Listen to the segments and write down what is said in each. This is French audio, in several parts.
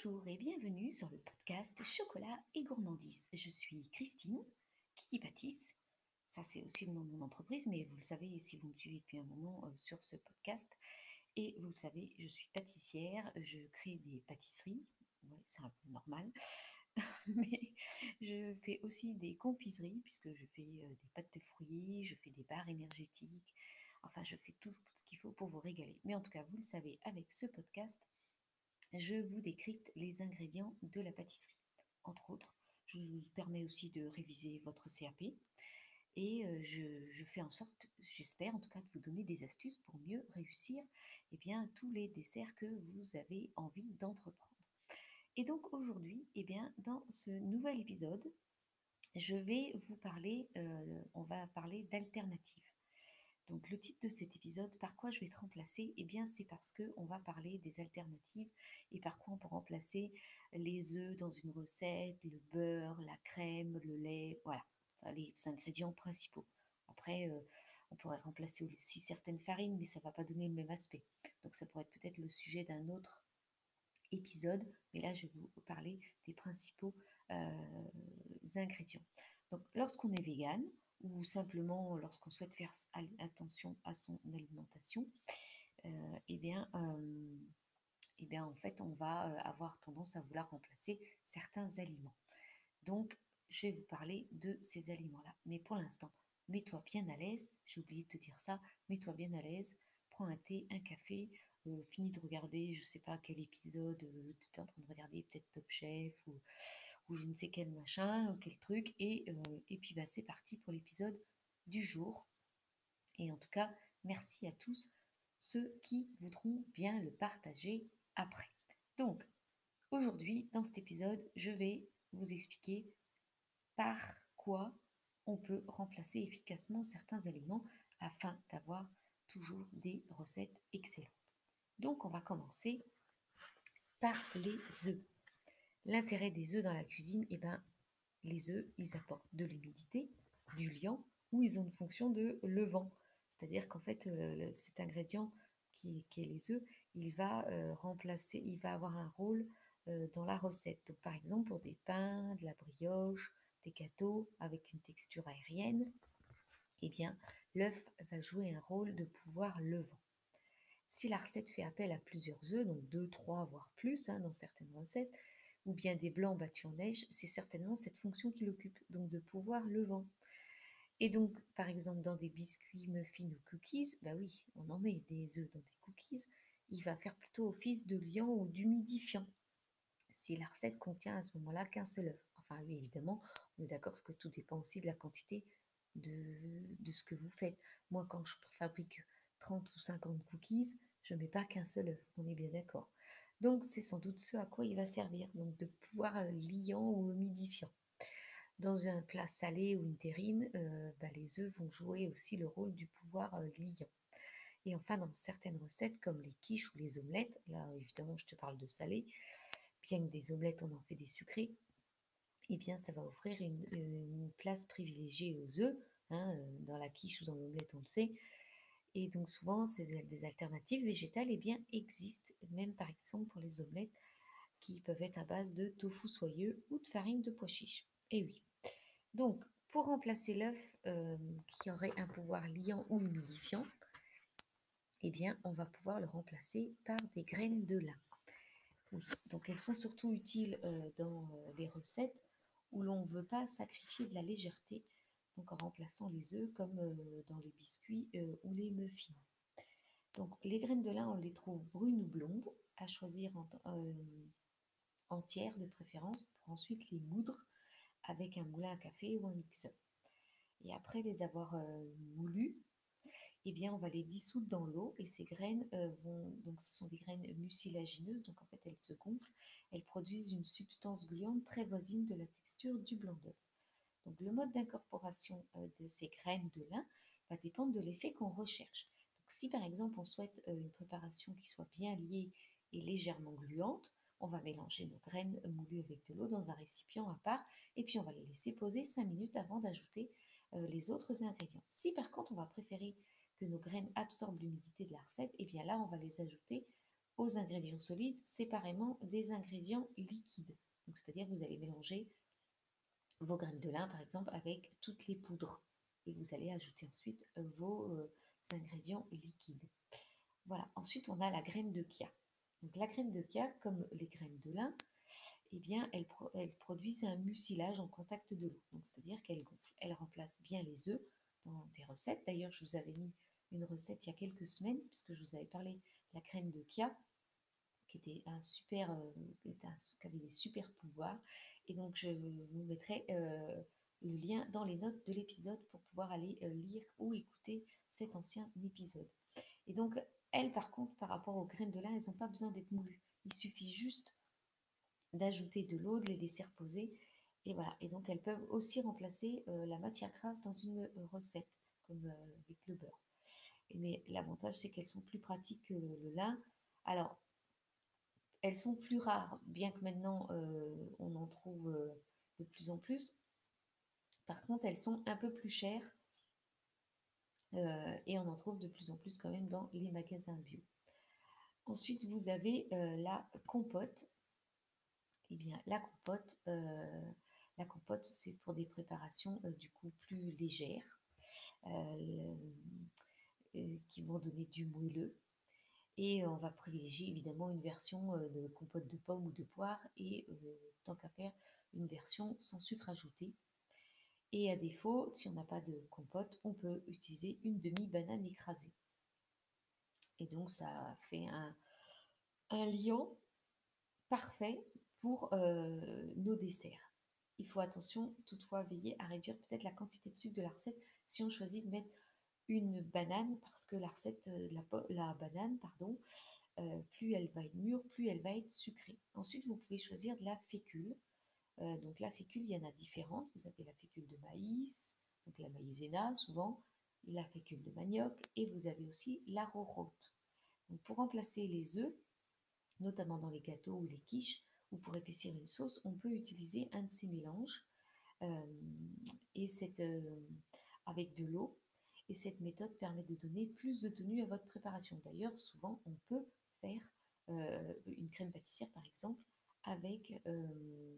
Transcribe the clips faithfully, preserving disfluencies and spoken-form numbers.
Bonjour et bienvenue sur le podcast Chocolat et gourmandise. Je suis Christine, Kiki Pâtisse. Ça, c'est aussi le nom de mon entreprise, mais vous le savez si vous me suivez depuis un moment euh, sur ce podcast. Et vous le savez, je suis pâtissière, je crée des pâtisseries. Ouais, c'est un peu normal. Mais je fais aussi des confiseries, puisque je fais euh, des pâtes de fruits, je fais des barres énergétiques. Enfin, je fais tout ce qu'il faut pour vous régaler. Mais en tout cas, vous le savez, avec ce podcast, je vous décrypte les ingrédients de la pâtisserie. Entre autres, je vous permets aussi de réviser votre C A P et euh, je, je fais en sorte, j'espère en tout cas, de vous donner des astuces pour mieux réussir eh bien, tous les desserts que vous avez envie d'entreprendre. Et donc aujourd'hui, eh bien, dans ce nouvel épisode, je vais vous parler, euh, on va parler d'alternatives. Donc le titre de cet épisode, par quoi je vais te remplacer? Eh bien c'est parce qu'on va parler des alternatives et par quoi on peut remplacer les œufs dans une recette, le beurre, la crème, le lait, voilà, enfin, les ingrédients principaux. Après, euh, on pourrait remplacer aussi certaines farines, mais ça ne va pas donner le même aspect. Donc ça pourrait être peut-être le sujet d'un autre épisode, mais là je vais vous parler des principaux euh, ingrédients. Donc lorsqu'on est vegan, ou simplement lorsqu'on souhaite faire attention à son alimentation, euh, eh bien, euh, eh bien, en fait, on va euh, avoir tendance à vouloir remplacer certains aliments. Donc, je vais vous parler de ces aliments-là. Mais pour l'instant, mets-toi bien à l'aise. J'ai oublié de te dire ça. Mets-toi bien à l'aise. Prends un thé, un café. Euh, finis de regarder, je ne sais pas quel épisode euh, tu es en train de regarder, peut-être Top Chef ou, ou je ne sais quel machin, ou quel truc. Et, euh, et puis, bah, c'est parti pour l'épisode du jour. Et en tout cas, merci à tous ceux qui voudront bien le partager après. Donc, aujourd'hui, dans cet épisode, je vais vous expliquer par quoi on peut remplacer efficacement certains aliments afin d'avoir toujours des recettes excellentes. Donc, on va commencer par les œufs. L'intérêt des œufs dans la cuisine, eh ben, les œufs, ils apportent de l'humidité, du liant, ou ils ont une fonction de levant. C'est-à-dire qu'en fait, le, le, cet ingrédient qui, qui, est les œufs, il va euh, remplacer, il va avoir un rôle euh, dans la recette. Donc, par exemple, pour des pains, de la brioche, des gâteaux avec une texture aérienne, eh bien, l'œuf va jouer un rôle de pouvoir levant. Si la recette fait appel à plusieurs œufs, donc deux, trois, voire plus, hein, dans certaines recettes, ou bien des blancs battus en neige, c'est certainement cette fonction qu'il occupe, donc de pouvoir levant. Et donc, par exemple, dans des biscuits, muffins ou cookies, bah oui, on en met des œufs dans des cookies, il va faire plutôt office de liant ou d'humidifiant, si la recette contient à ce moment-là qu'un seul œuf. Enfin oui, évidemment, on est d'accord parce que tout dépend aussi de la quantité de, de ce que vous faites. Moi, quand je fabrique trente ou cinquante cookies, je ne mets pas qu'un seul œuf, on est bien d'accord. Donc, c'est sans doute ce à quoi il va servir, donc de pouvoir euh, liant ou humidifiant. Dans un plat salé ou une terrine, euh, bah, les œufs vont jouer aussi le rôle du pouvoir euh, liant. Et enfin, dans certaines recettes comme les quiches ou les omelettes, là évidemment je te parle de salé, bien que des omelettes on en fait des sucrées, eh bien ça va offrir une, une place privilégiée aux œufs, hein, dans la quiche ou dans l'omelette on le sait. Et donc souvent ces, des alternatives végétales eh bien, existent, même par exemple pour les omelettes qui peuvent être à base de tofu soyeux ou de farine de pois chiche. Et oui. Donc, pour remplacer l'œuf euh, qui aurait un pouvoir liant ou humidifiant, eh bien, on va pouvoir le remplacer par des graines de lin. Oui, donc elles sont surtout utiles euh, dans euh, les recettes où l'on ne veut pas sacrifier de la légèreté, donc en remplaçant les œufs comme euh, dans les biscuits euh, ou les muffins. Donc, les graines de lin, on les trouve brunes ou blondes, à choisir en, euh, entières de préférence, pour ensuite les moudre avec un moulin à café ou un mixeur. Et après les avoir euh, moulues, eh bien, on va les dissoudre dans l'eau et ces graines euh, vont, donc ce sont des graines mucilagineuses, donc en fait elles se gonflent, elles produisent une substance gluante très voisine de la texture du blanc d'œuf. Donc le mode d'incorporation euh, de ces graines de lin va dépendre de l'effet qu'on recherche. Donc si par exemple on souhaite euh, une préparation qui soit bien liée et légèrement gluante, on va mélanger nos graines moulues avec de l'eau dans un récipient à part et puis on va les laisser poser cinq minutes avant d'ajouter euh, les autres ingrédients. Si par contre on va préférer que nos graines absorbent l'humidité de la recette, et bien là on va les ajouter aux ingrédients solides séparément des ingrédients liquides. Donc, c'est-à-dire que vous allez mélanger vos graines de lin, par exemple, avec toutes les poudres. Et vous allez ajouter ensuite vos euh, ingrédients liquides. Voilà. Ensuite, on a la graine de chia. Donc, la graine de chia, comme les graines de lin, eh bien, elles, pro elles produisent un mucilage en contact de l'eau. Donc, c'est-à-dire qu'elles gonflent. Elles remplacent bien les œufs dans des recettes. D'ailleurs, je vous avais mis une recette il y a quelques semaines, puisque je vous avais parlé de la graine de chia, qui était un super, euh, qui, était un, qui avait des super pouvoirs. Et donc, je vous mettrai euh, le lien dans les notes de l'épisode pour pouvoir aller euh, lire ou écouter cet ancien épisode. Et donc, elles, par contre, par rapport aux graines de lin, elles n'ont pas besoin d'être moulues. Il suffit juste d'ajouter de l'eau, de les laisser reposer. Et voilà. Et donc, elles peuvent aussi remplacer euh, la matière grasse dans une euh, recette, comme euh, avec le beurre. Et mais l'avantage, c'est qu'elles sont plus pratiques que le, le lin. Alors, elles sont plus rares, bien que maintenant euh, on en trouve euh, de plus en plus. Par contre, elles sont un peu plus chères euh, et on en trouve de plus en plus quand même dans les magasins bio. Ensuite, vous avez euh, la compote. Eh bien, la compote, euh, la compote, c'est pour des préparations euh, du coup plus légères, euh, euh, qui vont donner du moelleux. Et on va privilégier évidemment une version euh, de compote de pommes ou de poire et euh, tant qu'à faire une version sans sucre ajouté. Et à défaut, si on n'a pas de compote, on peut utiliser une demi-banane écrasée. Et donc ça fait un, un liant parfait pour euh, nos desserts. Il faut attention toutefois veiller à réduire peut-être la quantité de sucre de la recette si on choisit de mettre une banane parce que la recette, euh, la, la banane, pardon, euh, plus elle va être mûre, plus elle va être sucrée. Ensuite, vous pouvez choisir de la fécule. Euh, donc la fécule, il y en a différentes. Vous avez la fécule de maïs, donc la maïzena souvent, la fécule de manioc et vous avez aussi l'arrowroot. Donc pour remplacer les œufs, notamment dans les gâteaux ou les quiches, ou pour épaissir une sauce, on peut utiliser un de ces mélanges euh, et cette, euh, avec de l'eau. Et cette méthode permet de donner plus de tenue à votre préparation. D'ailleurs, souvent, on peut faire euh, une crème pâtissière, par exemple, avec euh,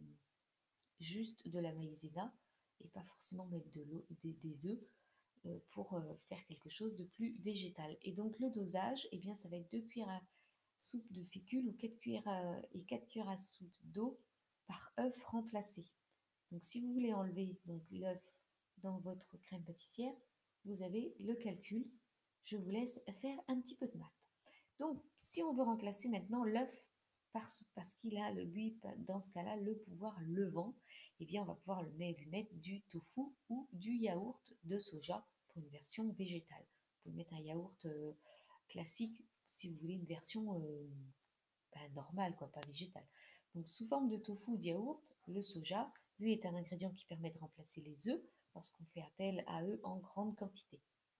juste de la maïzena et pas forcément mettre de l'eau, des, des œufs euh, pour euh, faire quelque chose de plus végétal. Et donc, le dosage, eh bien, ça va être deux cuillères à soupe de fécule ou quatre cuillères à, et quatre cuillères à soupe d'eau par œuf remplacé. Donc, si vous voulez enlever donc l'œuf dans votre crème pâtissière, vous avez le calcul. Je vous laisse faire un petit peu de maths. Donc, si on veut remplacer maintenant l'œuf parce, parce qu'il a, le, lui, dans ce cas-là, le pouvoir levant, eh bien, on va pouvoir le, lui mettre du tofu ou du yaourt de soja pour une version végétale. Vous pouvez mettre un yaourt euh, classique si vous voulez une version euh, ben, normale, quoi, pas végétale. Donc, sous forme de tofu ou de yaourt, le soja, lui, est un ingrédient qui permet de remplacer les œufs lorsqu'on fait appel à eux en grande quantité.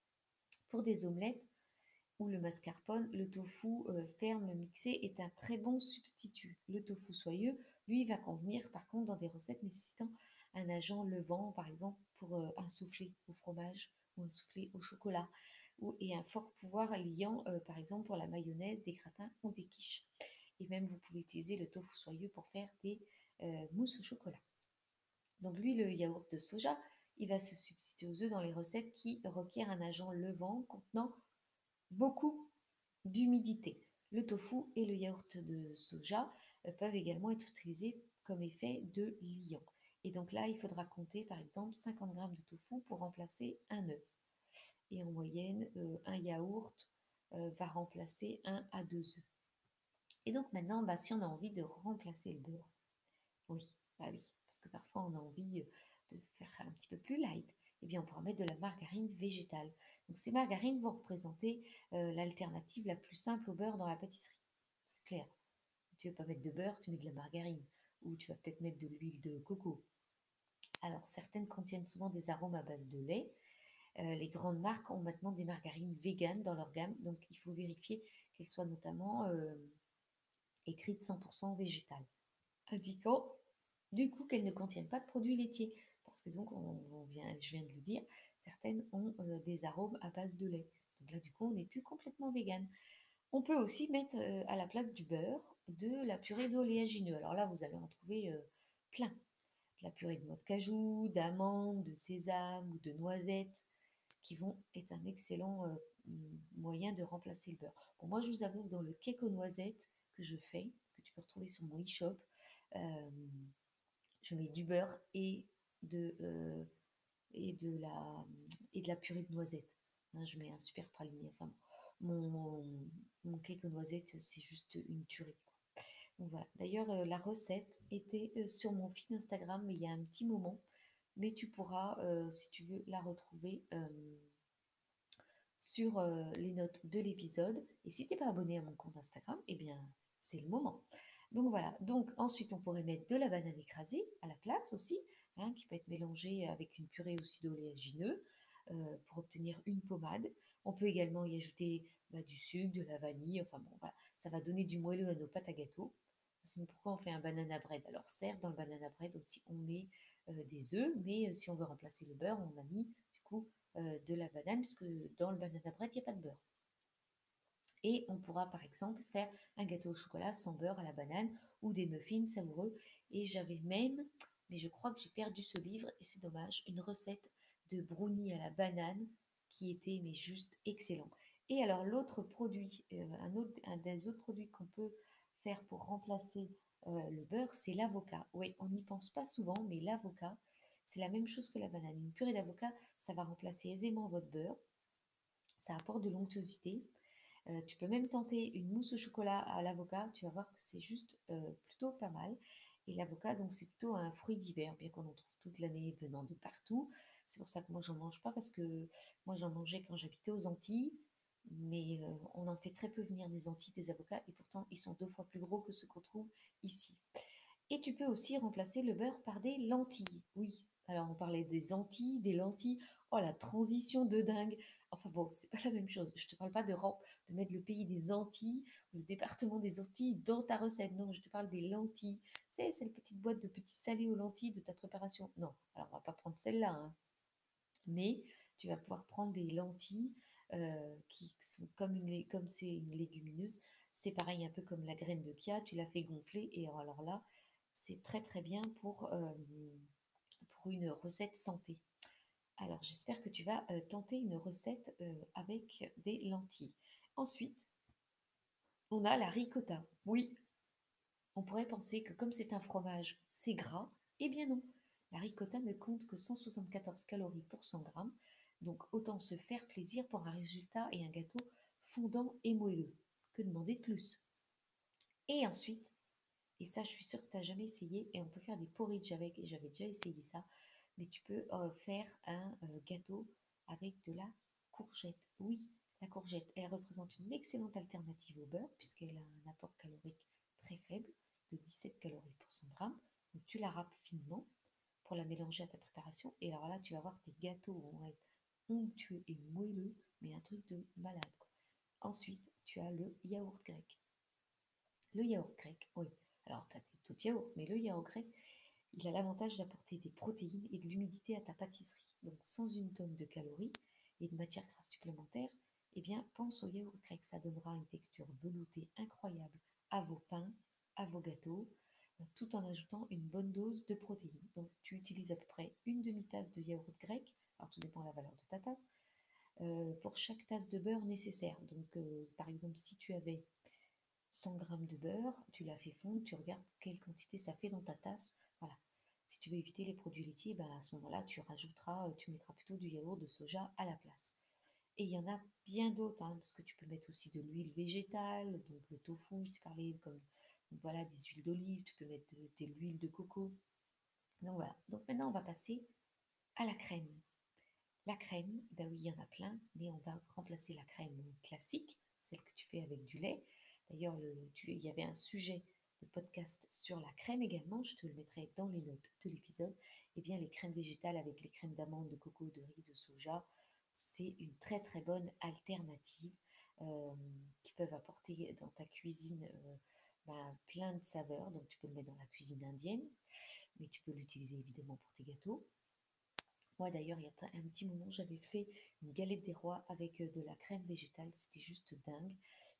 Pour des omelettes ou le mascarpone, le tofu euh, ferme mixé est un très bon substitut. Le tofu soyeux, lui, va convenir par contre dans des recettes nécessitant un agent levant, par exemple pour euh, un soufflé au fromage ou un soufflé au chocolat, ou, et un fort pouvoir liant, euh, par exemple pour la mayonnaise, des gratins ou des quiches. Et même vous pouvez utiliser le tofu soyeux pour faire des euh, mousses au chocolat. Donc lui, le yaourt de soja, il va se substituer aux œufs dans les recettes qui requièrent un agent levant contenant beaucoup d'humidité. Le tofu et le yaourt de soja euh, peuvent également être utilisés comme effet de liant. Et donc là, il faudra compter par exemple cinquante grammes de tofu pour remplacer un œuf. Et en moyenne, euh, un yaourt euh, va remplacer un à deux œufs. Et donc maintenant, bah, si on a envie de remplacer le beurre, oui, bah oui, parce que parfois on a envie de faire un petit peu plus light, eh bien on pourra mettre de la margarine végétale. Donc ces margarines vont représenter euh, l'alternative la plus simple au beurre dans la pâtisserie. C'est clair. Tu ne veux pas mettre de beurre, tu mets de la margarine. Ou tu vas peut-être mettre de l'huile de coco. Alors certaines contiennent souvent des arômes à base de lait. Euh, les grandes marques ont maintenant des margarines véganes dans leur gamme, donc il faut vérifier qu'elles soient notamment euh, écrites cent pour cent végétales, indiquant du coup qu'elles ne contiennent pas de produits laitiers. Parce que donc, on, on vient, je viens de le dire, certaines ont euh, des arômes à base de lait. Donc là, du coup, on n'est plus complètement vegan. On peut aussi mettre euh, à la place du beurre de la purée d'oléagineux. Alors là, vous allez en trouver euh, plein. De la purée de noix de cajou, d'amandes, de sésame ou de noisettes qui vont être un excellent euh, moyen de remplacer le beurre. Bon, moi, je vous avoue que dans le cake aux noisettes que je fais, que tu peux retrouver sur mon e-shop, euh, je mets du beurre et de, euh, et de la, et de la purée de noisettes. Hein, je mets un super praliné. Enfin, mon, mon, mon cake aux noisettes, c'est juste une tuerie, quoi. Donc voilà. D'ailleurs, euh, la recette était euh, sur mon feed Instagram, mais il y a un petit moment. Mais tu pourras, euh, si tu veux, la retrouver euh, sur euh, les notes de l'épisode. Et si tu n'es pas abonné à mon compte Instagram, eh bien, c'est le moment. Donc voilà. Donc ensuite, on pourrait mettre de la banane écrasée à la place aussi, hein, qui peut être mélangée avec une purée aussi d'oléagineux euh, pour obtenir une pommade. On peut également y ajouter bah, du sucre, de la vanille. Enfin bon, voilà. Ça va donner du moelleux à nos pâtes à gâteau. De toute façon, pourquoi on fait un banana bread? Alors certes, dans le banana bread aussi, on met euh, des œufs, mais euh, si on veut remplacer le beurre, on a mis du coup euh, de la banane, puisque dans le banana bread, il n'y a pas de beurre. Et on pourra par exemple faire un gâteau au chocolat sans beurre à la banane ou des muffins savoureux. Et j'avais même, mais je crois que j'ai perdu ce livre et c'est dommage, une recette de brownie à la banane qui était mais juste excellent. Et alors l'autre produit, euh, un, autre, un des autres produits qu'on peut faire pour remplacer euh, le beurre, c'est l'avocat. Oui, on n'y pense pas souvent, mais l'avocat, c'est la même chose que la banane. Une purée d'avocat, ça va remplacer aisément votre beurre. Ça apporte de l'onctuosité. Euh, tu peux même tenter une mousse au chocolat à l'avocat, tu vas voir que c'est juste euh, plutôt pas mal. Et l'avocat, donc c'est plutôt un fruit d'hiver, bien qu'on en trouve toute l'année venant de partout. C'est pour ça que moi j'en mange pas parce que moi j'en mangeais quand j'habitais aux Antilles, mais euh, on en fait très peu venir des Antilles des avocats et pourtant ils sont deux fois plus gros que ceux qu'on trouve ici. Et tu peux aussi remplacer le beurre par des lentilles. Oui, alors on parlait des Antilles, des lentilles. Oh, la transition de dingue. Enfin bon, c'est pas la même chose. Je te parle pas de, de mettre le pays des Antilles, le département des Antilles dans ta recette. Non, je te parle des lentilles. C'est cette petite boîte de petits salés aux lentilles de ta préparation. Non, alors on va pas prendre celle-là, hein. Mais tu vas pouvoir prendre des lentilles euh, qui sont comme une, comme c'est une légumineuse. C'est pareil, un peu comme la graine de chia. Tu la fais gonfler et alors là, c'est très très bien pour, euh, pour une recette santé. Alors j'espère que tu vas euh, tenter une recette euh, avec des lentilles. Ensuite, on a la ricotta. Oui, on pourrait penser que comme c'est un fromage, c'est gras. Eh bien non, la ricotta ne compte que cent soixante-quatorze calories pour cent grammes, donc autant se faire plaisir pour un résultat et un gâteau fondant et moelleux. Que demander de plus? Et ensuite, et ça je suis sûre que tu n'as jamais essayé, et on peut faire des porridge avec, et j'avais déjà essayé ça, mais tu peux euh, faire un euh, gâteau avec de la courgette. Oui, la courgette, elle représente une excellente alternative au beurre, puisqu'elle a un apport calorique très faible, de dix-sept calories pour cent grammes. Donc tu la râpes finement pour la mélanger à ta préparation, et alors là tu vas voir tes gâteaux vont être onctueux et moelleux, mais un truc de malade, quoi. Ensuite, tu as le yaourt grec. Le yaourt grec, oui. Alors, tu as tout yaourt, mais le yaourt grec, il a l'avantage d'apporter des protéines et de l'humidité à ta pâtisserie. Donc, sans une tonne de calories et de matières grasses supplémentaires, eh bien, pense au yaourt grec. Ça donnera une texture veloutée incroyable à vos pains, à vos gâteaux, tout en ajoutant une bonne dose de protéines. Donc, tu utilises à peu près une demi-tasse de yaourt grec. Alors, tout dépend de la valeur de ta tasse. Euh, pour chaque tasse de beurre nécessaire. Donc, euh, par exemple, si tu avais cent grammes de beurre, tu la fais fondre, tu regardes quelle quantité ça fait dans ta tasse. Voilà. Si tu veux éviter les produits laitiers, ben à ce moment-là, tu rajouteras, euh, tu mettras plutôt du yaourt de soja à la place. Et il y en a bien d'autres, hein, parce que tu peux mettre aussi de l'huile végétale, donc le tofu, je t'ai parlé, comme voilà, des huiles d'olive, tu peux mettre de, de l'huile de coco. Donc voilà. Donc maintenant, on va passer à la crème. La crème, ben oui, il y en a plein, mais on va remplacer la crème classique, celle que tu fais avec du lait. D'ailleurs, le- tu- il y avait un sujet de podcast sur la crème également, je te le mettrai dans les notes de l'épisode. Eh bien, les crèmes végétales avec les crèmes d'amande, de coco, de riz, de soja, c'est une très très bonne alternative euh, qui peuvent apporter dans ta cuisine euh, ben, plein de saveurs. Donc, tu peux le mettre dans la cuisine indienne, mais tu peux l'utiliser évidemment pour tes gâteaux. Moi d'ailleurs, il y a un petit moment, j'avais fait une galette des rois avec euh, de la crème végétale. C'était juste dingue.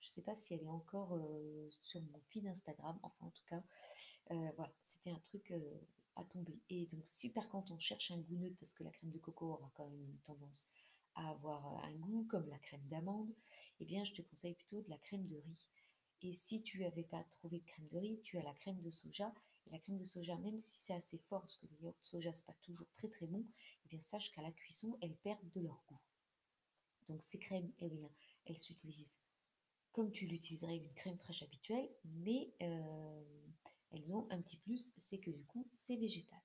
Je ne sais pas si elle est encore euh, sur mon feed Instagram. Enfin, en tout cas, euh, voilà, c'était un truc euh, à tomber. Et donc, super quand on cherche un goût neutre, parce que la crème de coco aura quand même une tendance à avoir euh, un goût comme la crème d'amande, eh bien, je te conseille plutôt de la crème de riz. Et si tu n'avais pas trouvé de crème de riz, tu as la crème de soja. Et la crème de soja, même si c'est assez fort, parce que les yaourts de soja, c'est pas toujours très très bon, eh bien, sache qu'à la cuisson, elles perdent de leur goût. Donc, ces crèmes, eh bien, elles s'utilisent comme tu l'utiliserais une crème fraîche habituelle, mais euh, elles ont un petit plus, c'est que du coup, c'est végétal.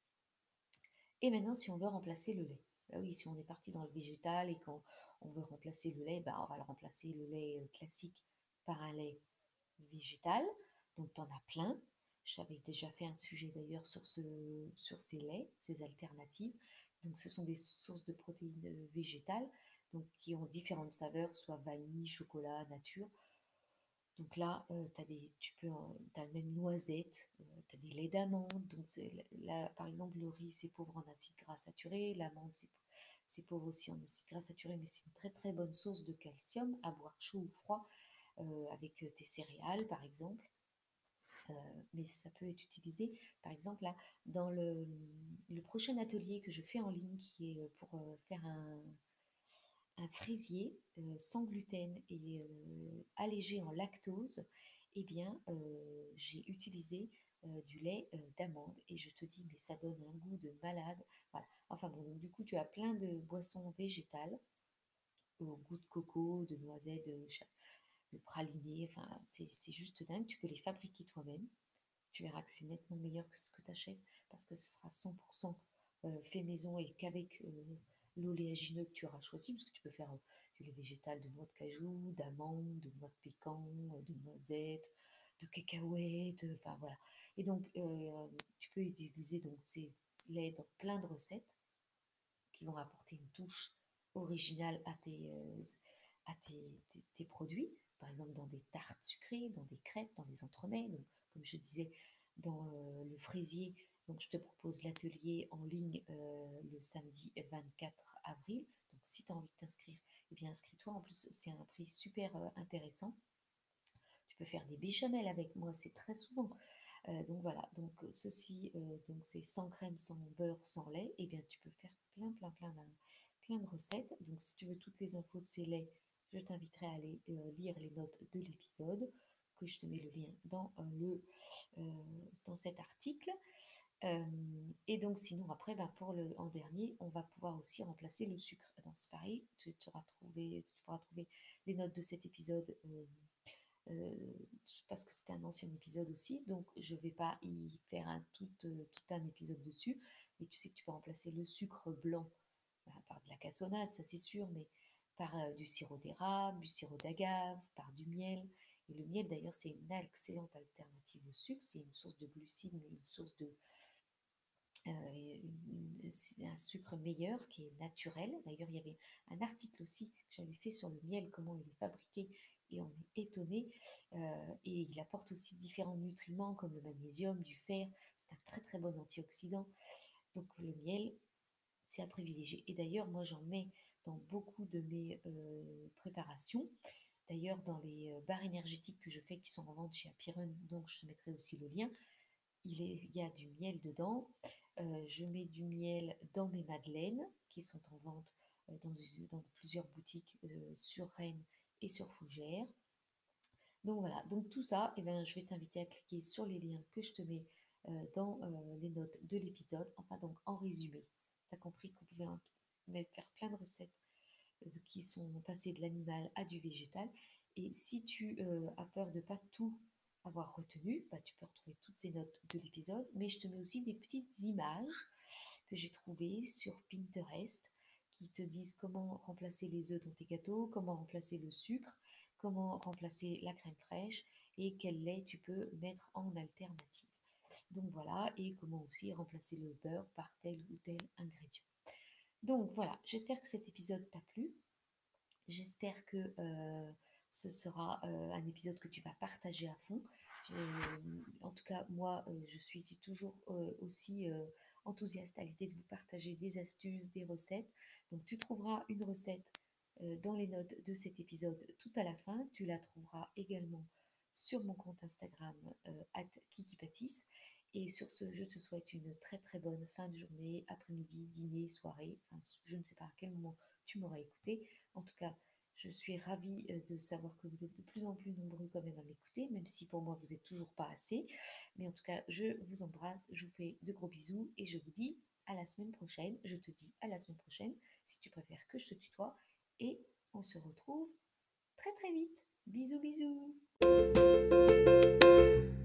Et maintenant, si on veut remplacer le lait, bah oui, si on est parti dans le végétal et quand on veut remplacer le lait, bah, on va le remplacer le lait euh, classique par un lait végétal. Donc, tu en as plein. J'avais déjà fait un sujet d'ailleurs sur, ce, sur ces laits, ces alternatives. Donc, ce sont des sources de protéines euh, végétales donc, qui ont différentes saveurs, soit vanille, chocolat, nature. Donc là, euh, t'as des, tu peux, tu as même noisette, euh, tu as des laits d'amande. Donc c'est, là, par exemple, le riz, c'est pauvre en acides gras saturés. L'amande, c'est, c'est pauvre aussi en acides gras saturés, mais c'est une très très bonne source de calcium à boire chaud ou froid euh, avec tes céréales, par exemple. Euh, mais ça peut être utilisé, par exemple, là, dans le, le prochain atelier que je fais en ligne, qui est pour euh, faire un, un fraisier euh, sans gluten et euh, allégé en lactose, eh bien, euh, j'ai utilisé euh, du lait euh, d'amande et je te dis, mais ça donne un goût de malade. Voilà. Enfin bon, donc, du coup, tu as plein de boissons végétales au goût de coco, de noisette, de, de praliné. Enfin, c'est c'est juste dingue. Tu peux les fabriquer toi-même. Tu verras que c'est nettement meilleur que ce que tu achètes parce que ce sera cent pour cent euh, fait maison et qu'avec euh, l'oléagineux que tu auras choisi, parce que tu peux faire euh, du lait végétal de noix de cajou, d'amandes, de noix de pécan, euh, de noisettes, de cacahuètes, euh, enfin voilà. Et donc, euh, tu peux utiliser donc, ces laits dans plein de recettes qui vont apporter une touche originale à tes, euh, à tes, tes- tes produits, par exemple dans des tartes sucrées, dans des crêpes, dans des entremets. Donc, comme je disais, dans euh, le fraisier, donc je te propose l'atelier en ligne euh, le samedi vingt-quatre avril. Donc, si tu as envie de t'inscrire, eh bien inscris-toi. En plus, c'est un prix super euh, intéressant. Tu peux faire des béchamels avec moi, c'est très souvent. Euh, donc voilà, donc ceci, euh, donc c'est sans crème, sans beurre, sans lait. Et bien tu peux faire plein, plein, plein, de- plein de recettes. Donc si tu veux toutes les infos de ces laits, je t'inviterai à aller euh, lire les notes de l'épisode, que je te mets le lien dans euh, le euh, dans cet article. Euh, et donc sinon après, ben, pour le en dernier, on va pouvoir aussi remplacer le sucre. Donc c'est pareil, tu, tu auras trouvé, tu pourras trouver les notes de cet épisode. Euh, euh, parce que c'était un ancien épisode aussi, donc je ne vais pas y faire un, tout, euh, tout un épisode dessus, mais tu sais que tu peux remplacer le sucre blanc bah, par de la cassonade, ça c'est sûr, mais par euh, du sirop d'érable, du sirop d'agave, par du miel. Et le miel d'ailleurs c'est une excellente alternative au sucre, c'est une source de glucides, mais une source de, euh, une- c'est un sucre meilleur qui est naturel. D'ailleurs, il y avait un article aussi que j'avais fait sur le miel, comment il est fabriqué, et on est étonné. Euh, et il apporte aussi différents nutriments comme le magnésium, du fer. C'est un très très bon antioxydant. Donc le miel, c'est à privilégier. Et d'ailleurs, moi j'en mets dans beaucoup de mes euh, préparations. D'ailleurs, dans les euh, barres énergétiques que je fais qui sont en vente chez Apiron, donc je te mettrai aussi le lien, il, est, il y a du miel dedans. Euh, je mets du miel dans mes madeleines qui sont en vente euh, dans, dans plusieurs boutiques euh, sur Rennes et sur Fougères. Donc voilà, donc tout ça, eh ben, je vais t'inviter à cliquer sur les liens que je te mets euh, dans euh, les notes de l'épisode. Enfin donc en résumé, tu as compris qu'on pouvait un- mettre- faire plein de recettes euh, qui sont passées de l'animal à du végétal. Et si tu euh, as peur de pas tout avoir retenu, bah, tu peux retrouver toutes ces notes de l'épisode, mais je te mets aussi des petites images que j'ai trouvées sur Pinterest qui te disent comment remplacer les œufs dans tes gâteaux, comment remplacer le sucre, comment remplacer la crème fraîche et quel lait tu peux mettre en alternative. Donc voilà, et comment aussi remplacer le beurre par tel ou tel ingrédient. Donc voilà, j'espère que cet épisode t'a plu. J'espère que euh, ce sera euh, un épisode que tu vas partager à fond. Euh, en tout cas, moi, euh, je suis toujours euh, aussi euh, enthousiaste à l'idée de vous partager des astuces, des recettes. Donc, tu trouveras une recette euh, dans les notes de cet épisode tout à la fin. Tu la trouveras également sur mon compte Instagram euh, at kikipatis. Et sur ce, je te souhaite une très très bonne fin de journée, après-midi, dîner, soirée. Enfin, je ne sais pas à quel moment tu m'auras écouté. En tout cas, je suis ravie euh, de savoir que vous êtes de plus en plus nombreux quand même à m'écouter, même si pour moi vous n'êtes toujours pas assez. Mais en tout cas, je vous embrasse, je vous fais de gros bisous et je vous dis à la semaine prochaine. Je te dis à la semaine prochaine, si tu préfères que je te tutoie. Et on se retrouve très très vite. Bisous bisous.